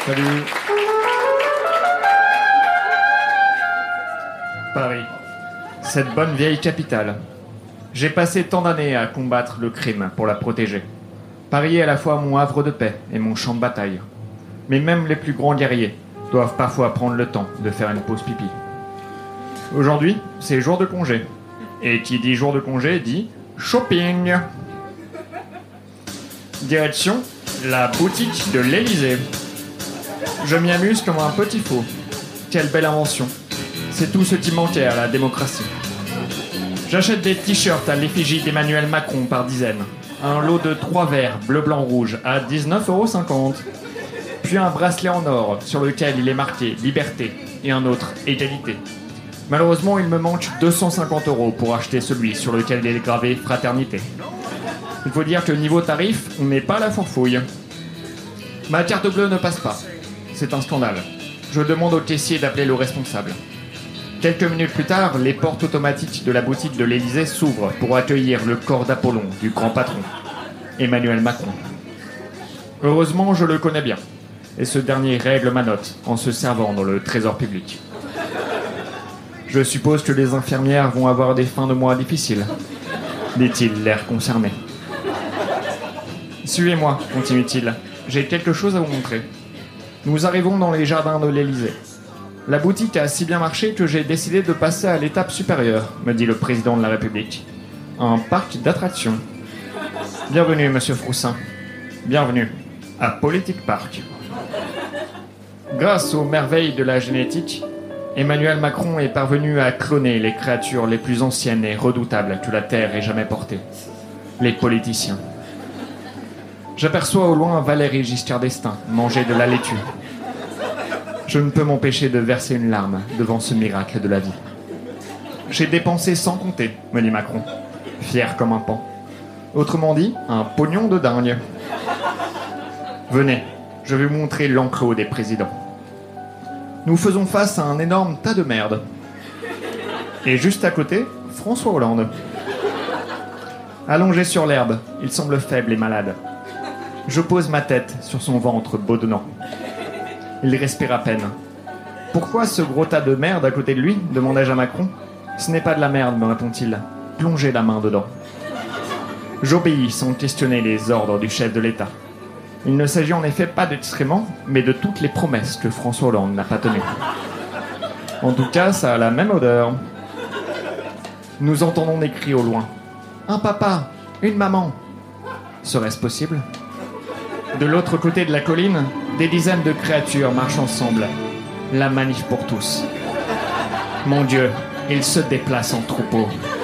Salut. Paris, cette bonne vieille capitale. J'ai passé tant d'années à combattre le crime pour la protéger. Paris est à la fois mon havre de paix et mon champ de bataille. Mais même les plus grands guerriers doivent parfois prendre le temps de faire une pause pipi. Aujourd'hui, c'est jour de congé. Et qui dit jour de congé dit shopping. Direction, la boutique de l'Élysée. Je m'y amuse comme un petit fou. Quelle belle invention. C'est tout ce qui manquait à la démocratie. J'achète des t-shirts à l'effigie d'Emmanuel Macron par dizaines. Un lot de 3 verres bleu, blanc, rouge à 19,50 €. Puis un bracelet en or sur lequel il est marqué liberté et un autre égalité. Malheureusement, il me manque 250 € pour acheter celui sur lequel il est gravé fraternité. Il faut dire que niveau tarif, on n'est pas à la fourfouille. Ma carte bleue ne passe pas. C'est un scandale. Je demande au caissier d'appeler le responsable. Quelques minutes plus tard, les portes automatiques de la boutique de l'Élysée s'ouvrent pour accueillir le corps d'Apollon du grand patron, Emmanuel Macron. Heureusement, je le connais bien. Et ce dernier règle ma note en se servant dans le trésor public. Je suppose que les infirmières vont avoir des fins de mois difficiles, dit-il, l'air concerné. Suivez-moi, continue-t-il. J'ai quelque chose à vous montrer. Nous arrivons dans les jardins de l'Élysée. La boutique a si bien marché que j'ai décidé de passer à l'étape supérieure, me dit le président de la République. Un parc d'attractions. Bienvenue, monsieur Froussin. Bienvenue à Politique Park. Grâce aux merveilles de la génétique, Emmanuel Macron est parvenu à cloner les créatures les plus anciennes et redoutables que la Terre ait jamais portées. Les politiciens. J'aperçois au loin Valéry Giscard d'Estaing manger de la laitue. Je ne peux m'empêcher de verser une larme devant ce miracle de la vie. J'ai dépensé sans compter, me dit Macron, fier comme un paon. Autrement dit, un pognon de dingue. Venez, je vais vous montrer l'enclos des présidents. Nous faisons face à un énorme tas de merde. Et juste à côté, François Hollande. Allongé sur l'herbe, il semble faible et malade. Je pose ma tête sur son ventre bedonnant. Il respire à peine. « Pourquoi ce gros tas de merde à côté de lui ?» demandai-je à Macron. « Ce n'est pas de la merde, me répond-il. Plongez la main dedans. » J'obéis sans questionner les ordres du chef de l'État. Il ne s'agit en effet pas d'excréments, mais de toutes les promesses que François Hollande n'a pas tenues. En tout cas, ça a la même odeur. Nous entendons des cris au loin. « Un papa, une maman !» Serait-ce possible ? De l'autre côté de la colline, des dizaines de créatures marchent ensemble. La manif pour tous. Mon Dieu, ils se déplacent en troupeau.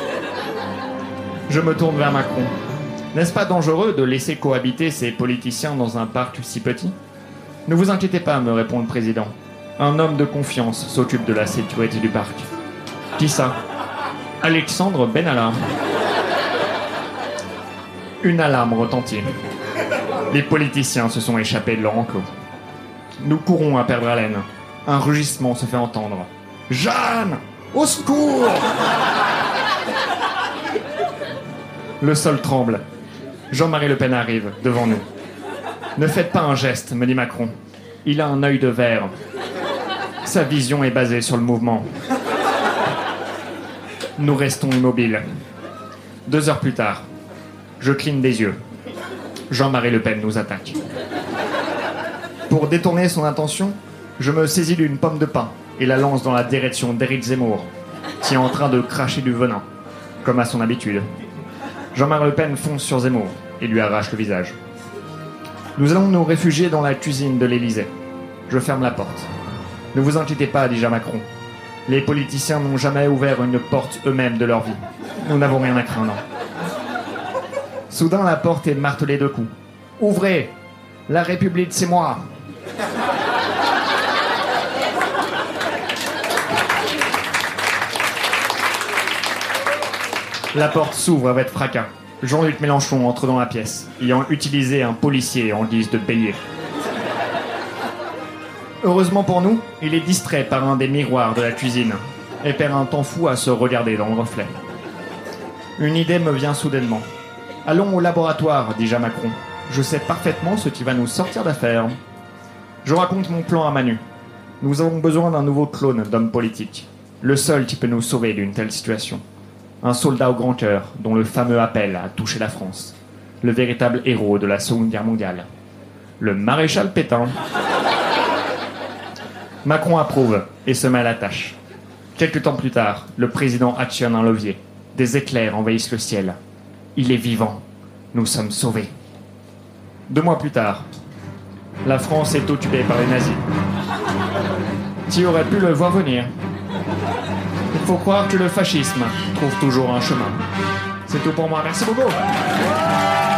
Je me tourne vers Macron. N'est-ce pas dangereux de laisser cohabiter ces politiciens dans un parc si petit ? Ne vous inquiétez pas, me répond le président. Un homme de confiance s'occupe de la sécurité du parc. Qui ça ? Alexandre Benalla. Une alarme retentit. Les politiciens se sont échappés de leur enclos. Nous courons à perdre haleine. Un rugissement se fait entendre. « Jeanne ! Au secours !» Le sol tremble. Jean-Marie Le Pen arrive, devant nous. « Ne faites pas un geste, me dit Macron. Il a un œil de verre. Sa vision est basée sur le mouvement. » Nous restons immobiles. 2 heures plus tard, je cligne des yeux. Jean-Marie Le Pen nous attaque. Pour détourner son intention, je me saisis d'une pomme de pin et la lance dans la direction d'Éric Zemmour, qui est en train de cracher du venin, comme à son habitude. Jean-Marie Le Pen fonce sur Zemmour et lui arrache le visage. Nous allons nous réfugier dans la cuisine de l'Élysée. Je ferme la porte. Ne vous inquiétez pas, dis-je à Macron. Les politiciens n'ont jamais ouvert une porte eux-mêmes de leur vie. Nous n'avons rien à craindre. Soudain, la porte est martelée de coups. « Ouvrez ! La République, c'est moi !» La porte s'ouvre avec fracas. Jean-Luc Mélenchon entre dans la pièce, ayant utilisé un policier en guise de bélier. Heureusement pour nous, il est distrait par un des miroirs de la cuisine et perd un temps fou à se regarder dans le reflet. Une idée me vient soudainement. Allons au laboratoire, dis-je à Macron. Je sais parfaitement ce qui va nous sortir d'affaire. Je raconte mon plan à Manu. Nous avons besoin d'un nouveau clone d'homme politique. Le seul qui peut nous sauver d'une telle situation. Un soldat au grand cœur, dont le fameux appel a touché la France. Le véritable héros de la Seconde Guerre mondiale. Le maréchal Pétain. Macron approuve et se met à la tâche. Quelque temps plus tard, le président actionne un levier. Des éclairs envahissent le ciel. Il est vivant. Nous sommes sauvés. 2 mois plus tard, la France est occupée par les nazis. Tu aurais pu le voir venir. Il faut croire que le fascisme trouve toujours un chemin. C'est tout pour moi. Merci beaucoup.